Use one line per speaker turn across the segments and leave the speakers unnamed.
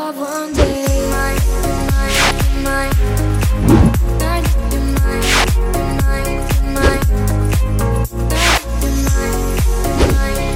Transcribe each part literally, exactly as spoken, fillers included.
love one day. Mine, mine, mine. I need you mine, mine, mine. I need you mine,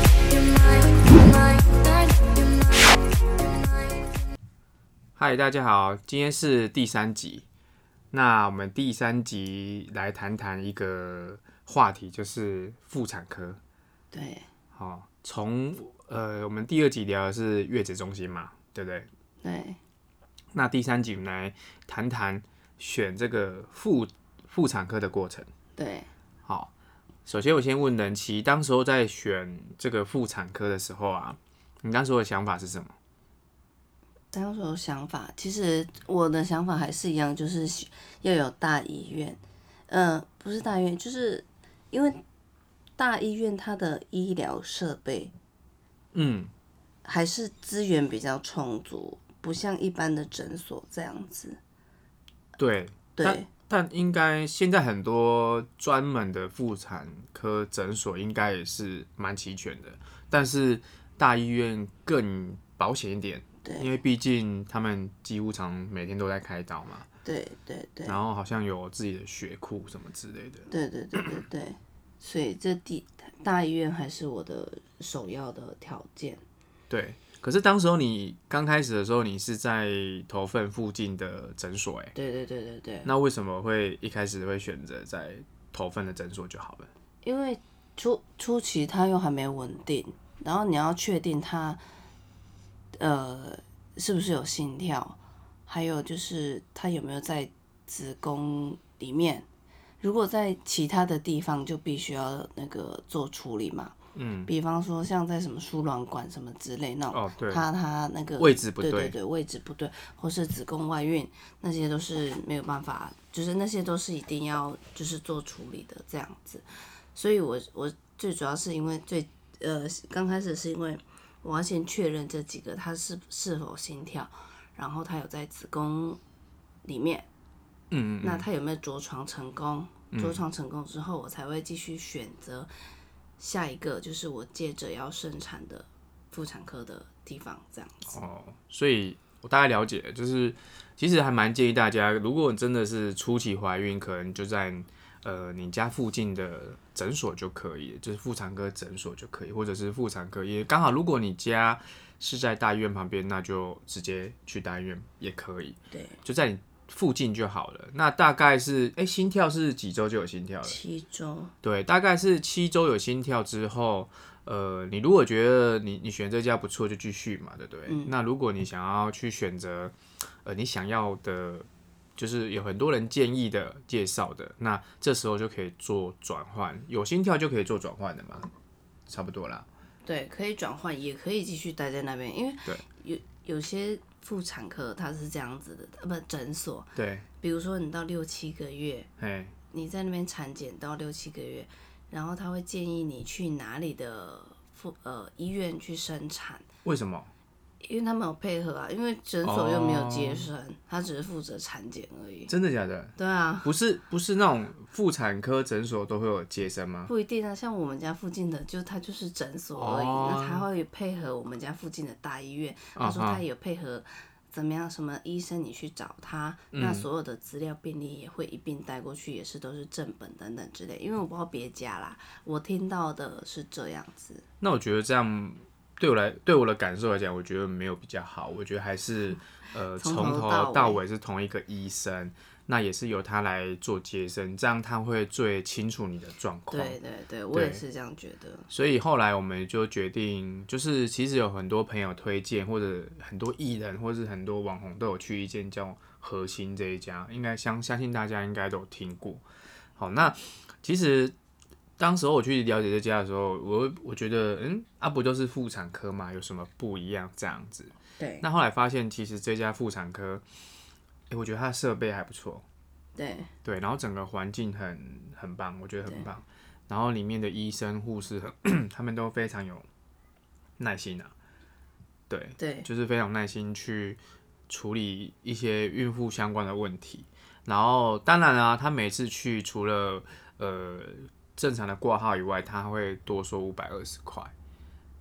mine, mine, mine. I need you mine, mine.
嗨，大家好，今天是第三集。那我们第三集来谈谈一个话题，就是妇产科。
对，
好，从呃我们第二集聊的是月子中心嘛，对不对？
对，
那第三集我们来谈谈选这个妇妇产科的过程。
对，
好，首先我先问人奇，当时候在选这个妇产科的时候啊，你当时候的想法是什么？
当时有想法，其实我的想法还是一样，就是要有大医院。呃，不是大医院，就是因为大医院它的医疗设备，
嗯，
还是资源比较充足，不像一般的诊所这样子。
对，
对，
但但应该现在很多专门的妇产科诊所应该也是蛮齐全的，但是大医院更保险一点，
对，
因为毕竟他们几乎常每天都在开刀嘛，
对，对，对，
然后好像有自己的血库什么之类的。
对，对，对，对，对，所以这第大医院还是我的首要的条件。
对，可是当时候你刚开始的时候，你是在头份附近的诊所，哎，
对，对，对，对，对。
那为什么会一开始会选择在头份的诊所就好了？
因为初初期它又还没稳定，然后你要确定它，呃，是不是有心跳，还有就是它有没有在子宫里面。如果在其他的地方，就必须要那个做处理嘛。
嗯，
比方说像在什么输卵管什么之类那种，
哦，对，
它它那个
位置不对，
对对对，位置不对，或是子宫外孕，那些都是没有办法，就是那些都是一定要就是做处理的这样子。所以我我最主要是因为最呃刚开始是因为我要先确认这几个它是是否心跳，然后它有在子宫里面，
嗯嗯嗯，
那它有没有着床成功？着床成功之后，我才会继续选择下一个，就是我接着要生产的妇产科的地方，这样子。
哦，所以我大概了解了，就是其实还蛮建议大家，如果你真的是初期怀孕，可能就在呃你家附近的诊所就可以，就是妇产科诊所就可以，或者是妇产科也刚好，如果你家是在大医院旁边，那就直接去大医院也可以，
对，
就在你附近就好了。那大概是哎、欸、心跳是几周就有心跳了？
七周。
对，大概是七周有心跳之后，呃，你如果觉得你你选这家不错，就继续嘛，对不对？
嗯、
那如果你想要去选择，呃，你想要的，就是有很多人建议的、介绍的，那这时候就可以做转换，有心跳就可以做转换的嘛，差不多啦。
对，可以转换，也可以继续待在那边，因为有有些妇产科它是这样子的，呃，不，诊所，
对，
比如说你到六七个月，
嘿，
你在那边产检到六七个月，然后他会建议你去哪里的妇呃医院去生产，
为什么？
因为他们有配合啊，因为诊所又没有接生，他只是负责产检而已。
真的假的？
对啊，
不是不是那种妇产科诊所都会有接生吗？
不一定啊，像我们家附近的，就他就是诊所而已，
哦
那他会配合我们家附近的大医院，他说他有配合怎么样，什么医生你去找他，
嗯
那所有的资料病历也会一并带过去，也是都是正本等等之类。因为我不知道别家啦，我听到的是这样子。
那我觉得这样对我来对我的感受来讲，我觉得没有比较好。我觉得还是呃从
从头
头
到尾
到尾是同一个医生，那也是由他来做接生，这样他会最清楚你的状况。
对对对，我也是这样觉得。
所以后来我们就决定，就是其实有很多朋友推荐，或者很多艺人，或是很多网红都有去一间叫核心这一家，应该相相信大家应该都有听过。好，那其实当时候我去了解这家的时候，我我觉得，嗯，啊不就是妇产科嘛，有什么不一样这样子？
对。
那后来发现，其实这家妇产科，欸，我觉得它的设备还不错。
对。
对，然后整个环境很很棒，我觉得很棒。然后里面的医生、护士很，他们都非常有耐心啊。对。
对。
就是非常有耐心去处理一些孕妇相关的问题。然后当然啊，他每次去除了呃正常的挂号以外，他会多收五百二十块。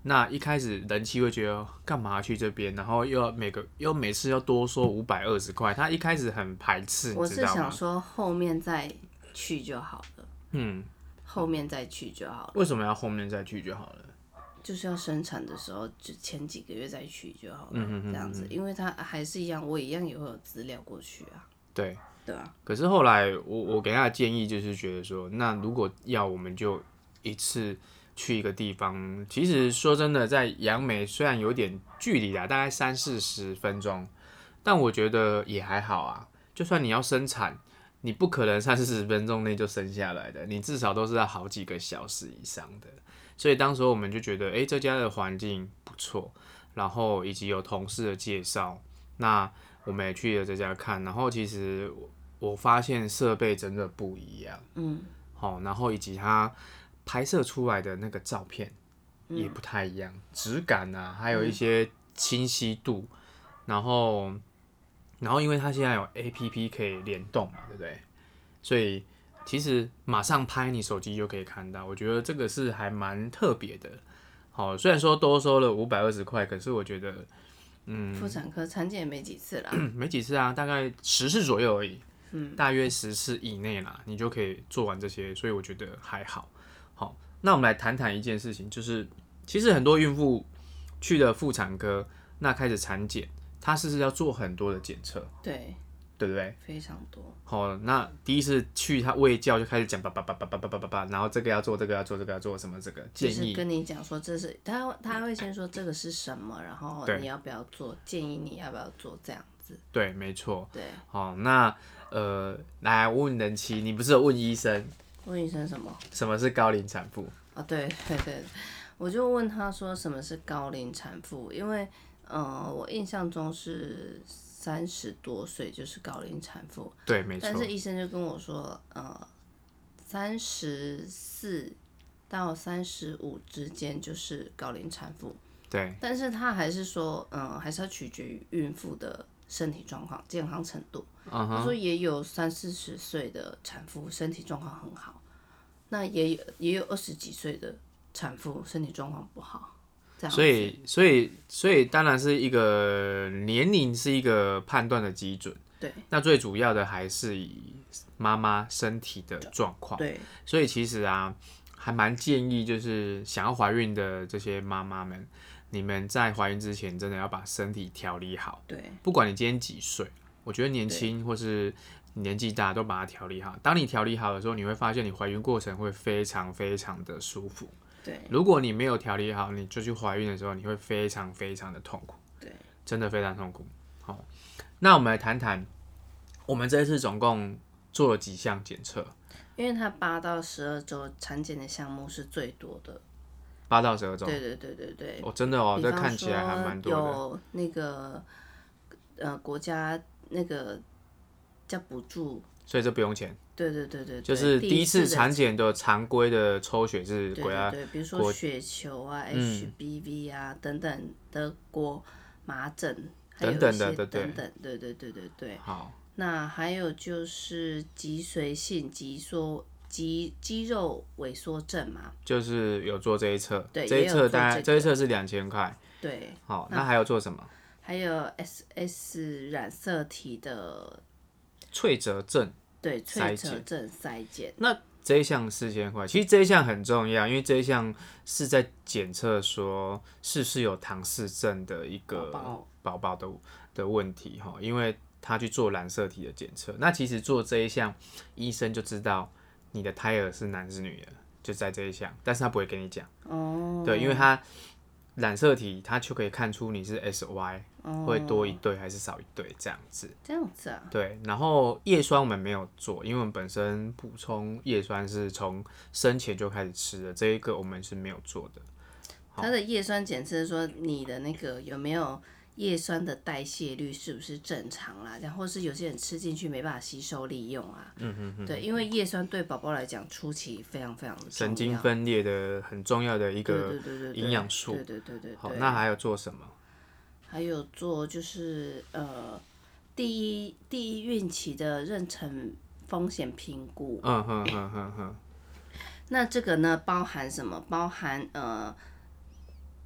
那一开始人妻会觉得干嘛去这边，然后又要每个又每次要多收五百二十块，他一开始很排斥，
我是
你知道吗？
想说后面再去就好了，
嗯，
后面再去就好了，
为什么要后面再去就好了？
就是要生产的时候，就前几个月再去就好了，
嗯哼哼哼
这样子，因为他还是一样，我一样也会有资料过去啊，
对。
对啊，
可是后来我我给他的建议就是觉得说，那如果要我们就一次去一个地方。其实说真的，在杨梅虽然有点距离啦，大概三四十分钟，但我觉得也还好啊。就算你要生产，你不可能三四十分钟内就生下来的，你至少都是要好几个小时以上的。所以当时我们就觉得，哎、欸，这家的环境不错，然后以及有同事的介绍，那我们也去了这家看，然后其实我发现设备真的不一样，
嗯，
好，然后以及它拍摄出来的那个照片也不太一样，质感啊，还有一些清晰度，然后，然后因为它现在有 A P P 可以联动嘛，对不对？所以其实马上拍你手机就可以看到，我觉得这个是还蛮特别的。好，虽然说多收了五百二十块，可是我觉得，嗯，
妇产科产检也没几次啦，
没几次啊，大概十次左右而已，
嗯，
大约十次以内啦，你就可以做完这些，所以我觉得还好。好，那我们来谈谈一件事情，就是其实很多孕妇去了妇产科，那开始产检，她是不是要做很多的检测？
对，
对不对？
非常多。
好，那第一次去她卫教就开始讲叭叭叭叭叭叭叭叭叭，然后这个要做，这个要做，这个要做什么？这个建议
就是跟你讲说这是他他会先说这个是什么，然后你要不要做，建议你要不要做这样子。
对，没错。
对。
好，那呃，来问人妻，你不是有问医生？
问医生什么？
什么是高龄产妇？
啊，对对对，我就问他说什么是高龄产妇，因为呃，我印象中是三十多岁就是高龄产妇，
对，没错。
但是医生就跟我说，呃，三十四到三十五之间就是高龄产妇，
对。
但是他还是说，嗯、呃，还是要取决于孕妇的身体状况、健康程度。
Uh huh.
他说也有三四十岁的产妇身体状况很好，那也有也有二十几岁的产妇身体状况不好，这样子。
所以所以所以当然是一个年龄是一个判断的基准。
对。
那最主要的还是以妈妈身体的状况。
对。
所以其实啊，还蛮建议就是想要怀孕的这些妈妈们，你们在怀孕之前真的要把身体调理好。
对。
不管你今天几岁。我觉得年轻或是年纪大都把它调理好。当你调理好的时候，你会发现你怀孕过程会非常非常的舒服。
对。
如果你没有调理好，你就去怀孕的时候，你会非常非常的痛苦。
对。
真的非常痛苦。好，那我们来谈谈，我们这一次总共做了几项检测？
因为它八到十二周产检的项目是最多的。
八到十二周。
对对对对对。
哦，真的哦，这看起来还蛮多的。
有那个呃国家。那个叫补助，
所以这不用钱。
对对对 对, 对，
就是第一次产检的常规的抽血是国家，
对对对，比如说血球啊、嗯、H B V 啊等等，德国麻疹，还有一些
等等的，对
等等，对对对对对。
好，
那还有就是脊髓性肌缩肌肌肉萎缩症嘛，
就是有做这一侧，
对，
这一侧大概、
这,
这一侧是两千块，
对。
好，那还有做什么？
还有 S S 染色体的
脆折症，
对，脆折症筛检。
那这一项四千块，其实这一项很重要，因为这一项是在检测说是不是有唐氏症的一个宝宝的的问题哈，因为他去做染色体的检测，那其实做这一项，医生就知道你的胎儿是男是女的，就在这一项，但是他不会跟你讲，
哦，
对，因为他染色体他就可以看出你是 S Y。会多一对还是少一对这样子？
这样子啊？
对，然后叶酸我们没有做，因为我们本身补充叶酸是从生前就开始吃的，这一个我们是没有做的。
它的叶酸检测说你的那个有没有叶酸的代谢率是不是正常啦？然后是有些人吃进去没办法吸收利用啊。嗯哼哼。对，因为叶酸对宝宝来讲初期非常非常的重要，
神经分裂的很重要的一个营养素。
对对对对。
好，那还有做什么？
还有做就是呃第一第一孕期的妊娠风险评估。
嗯哼哼哼哼。
那这个呢包含什么？包含呃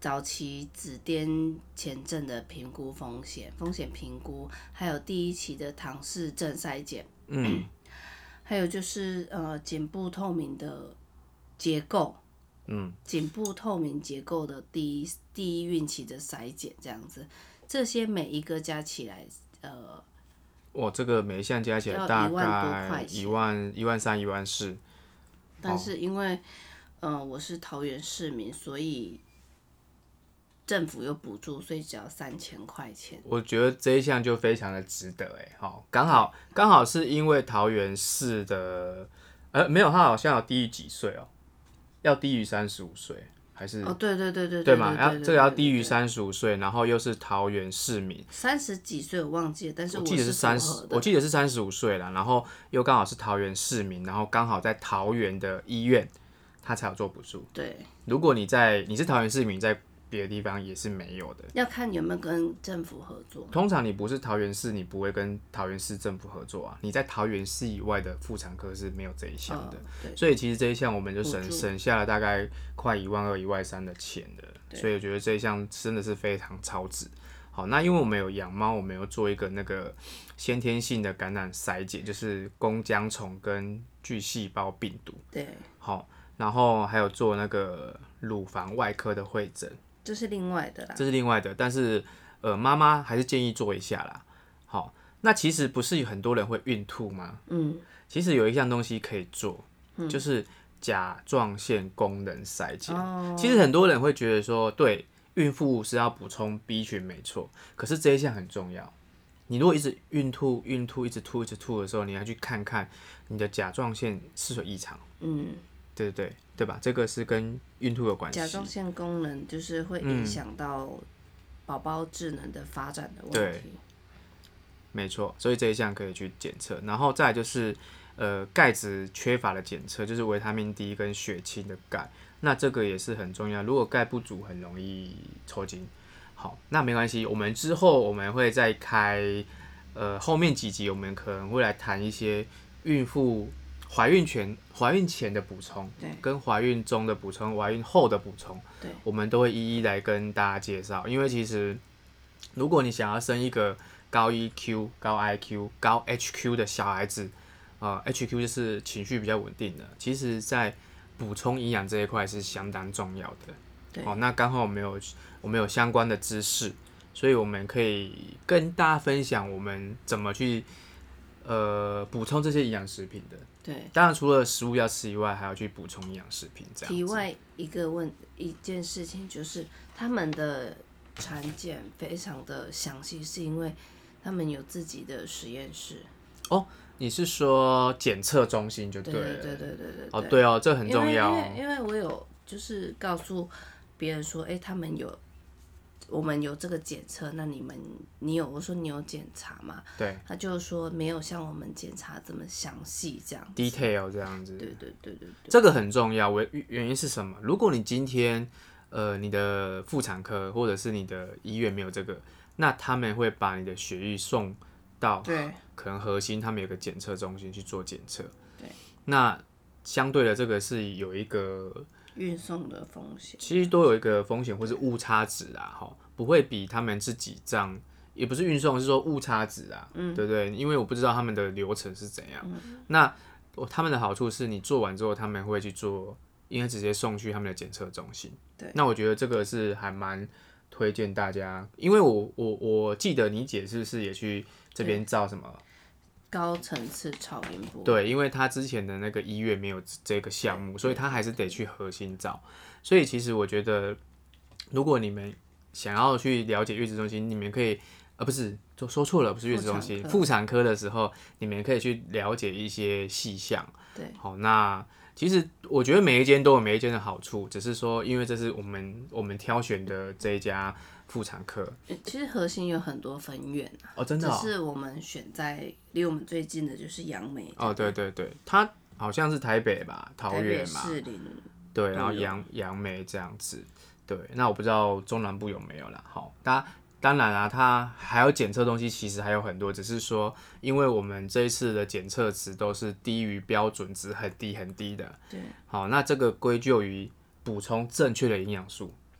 早期紫癜前症的评估风险、风险评估，还有第一期的唐氏症筛检，
嗯，
还有就是呃颈部透明的结构，
嗯，
颈部透明结构的第一第一孕期的筛检这样子，这些每一个加起来，呃，
哇，这个每一项加起来
要
大
一万多
概
块钱
一万一万三一万四，
但是因为，呃，我是桃园市民，所以政府有补助，所以只要三千块钱。
我觉得这一项就非常的值得哎，好，刚好刚好是因为桃园市的，呃，没有，他好像有低于几岁哦，要低于三十五岁还是？
哦，对对对对
对嘛，要
对
这个要低于三十五岁，然后又是桃园市民，
三十几岁我忘记了，但是
我记得
是
三十，
符合的
我记得是三十五岁了，然后又刚好是桃园市民，然后刚好在桃园的医院，他才有做补助。
对，
如果你在你是桃园市民，在别的地方也是没有的。
要看有没有跟政府合作。
通常你不是桃园市，你不会跟桃园市政府合作啊。你在桃园市以外的妇产科是没有这一项的，
呃、
所以其实这一项我们就省
补助
省下了大概快一万二、一万三的钱的。所以我觉得这一项真的是非常超值。好，那因为我们有养猫，我们有做一个那个先天性的感染筛检，就是弓浆虫跟巨细胞病毒。
对，
好，然后还有做那个乳房外科的会诊。
这是另外的啦，
这是另外的，但是呃，妈妈还是建议做一下啦。好，那其实不是有很多人会孕吐吗？
嗯，
其实有一项东西可以做，嗯、就是甲状腺功能筛检。
哦、
其实很多人会觉得说，对，孕妇是要补充 B 群没错，可是这一项很重要。你如果一直孕吐、孕吐、一直吐、一直吐的时候，你要去看看你的甲状腺是否异常。
嗯。
对对对，对吧？这个是跟孕吐有关系。
甲状腺功能就是会影响到宝宝智能的发展的问题。
对，没错，所以这一项可以去检测。然后再来就是呃钙质缺乏的检测，就是维他命 D 跟血清的钙，那这个也是很重要。如果钙不足，很容易抽筋。好，那没关系，我们之后我们会再开呃后面几集，我们可能会来谈一些孕妇。怀孕前、怀孕前的补充，跟怀孕中的补充、怀孕后的补充，我们都会一一来跟大家介绍。因为其实，如果你想要生一个高 E Q、高 I Q、高 H Q 的小孩子，呃 ，H Q 就是情绪比较稳定的，其实在补充营养这一块是相当重要的。
对，
哦，那刚好我们有我们有相关的知识，所以我们可以跟大家分享我们怎么去呃补充这些营养食品的。
对，
当然除了食物要吃以外，还要去补充营养食品。这样。
题外一个问一件事情就是，他们的产检非常的详细，是因为他们有自己的实验室。
哦，你是说检测中心就对了。
对对对对对对。
哦，对哦，这很重要。
因为因为因为我有就是告诉别人说，哎、欸，他们有。我们有这个检测，那你们你有？我说你有检查吗？
对，
他就说没有像我们检查这么详细，这样
detail 这样子。
对对对对对，
这个很重要。原原因是什么？如果你今天呃你的妇产科或者是你的医院没有这个，那他们会把你的血液送到
对
可能核心他们有个检测中心去做检测。
对，
那相对的这个是有一个。
运送的风险
其实都有一个风险或是误差值啊，不会比他们自己这样，也不是运送，是说误差值啊，嗯、对不对？因为我不知道他们的流程是怎样。嗯、那他们的好处是你做完之后，他们会去做，应该直接送去他们的检测中心。
对，
那我觉得这个是还蛮推荐大家，因为我我我记得你姐是不是也去这边照什么？
高层次超音波，
对，因为他之前的那个医院没有这个项目，所以他还是得去核心照。所以其实我觉得，如果你们想要去了解月子中心，你们可以，呃，不是，说错了，不是月子中心，妇产科的时候，你们可以去了解一些细项。
对，
好，那其实我觉得每一间都有每一间的好处，只是说，因为这是我们我们挑选的这一家妇产科。
其实核心有很多分院啊，
哦，真的、哦，
只是我们选在离我们最近的就是杨梅。
哦，对对对，它好像是台北吧，桃园嘛，
士林，
对，然后杨杨梅这样子，对，那我不知道中南部有没有啦。好，大家。当然啊，它还有检测东西，其实还有很多，只是说，因为我们这一次的检测值都是低于标准值，很低很低的。
对。
好，那这个归咎于补充正确的营养素。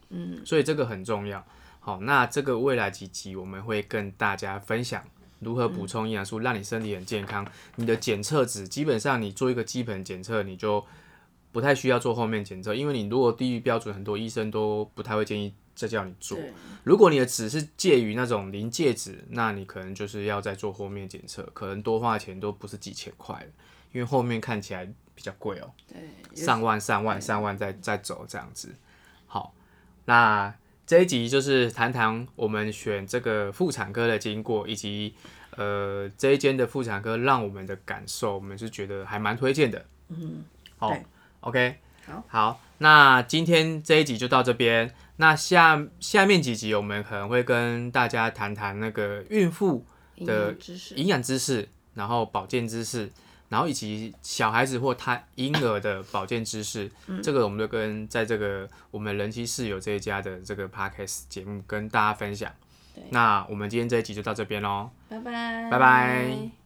嗯，
所以这个很重要。好，那这个未来几集我们会跟大家分享如何补充营养素，让你身体很健康。你的检测值基本上你做一个基本检测，你就不太需要做后面检测，因为你如果低于标准，很多医生都不太会建议再叫你做。如果你的值是介于那种临界值，那你可能就是要再做后面检测，可能多花钱都不是几千块，因为后面看起来比较贵哦，上万、上万、上万再再走这样子。好，那这一集就是谈谈我们选这个妇产科的经过，以及呃这一间的妇产科让我们的感受，我们是觉得还蛮推荐的。嗯，好 ，OK，
好，
好，那今天这一集就到这边。那下下面几集我们可能会跟大家谈谈那个孕妇的营养知识，然后保健知识。然后以及小孩子或他婴儿的保健知识，嗯、这个我们就跟在这个我们人妻室友这一家的这个 podcast 节目跟大家分享。那我们今天这一集就到这边喽，
拜拜，
拜拜。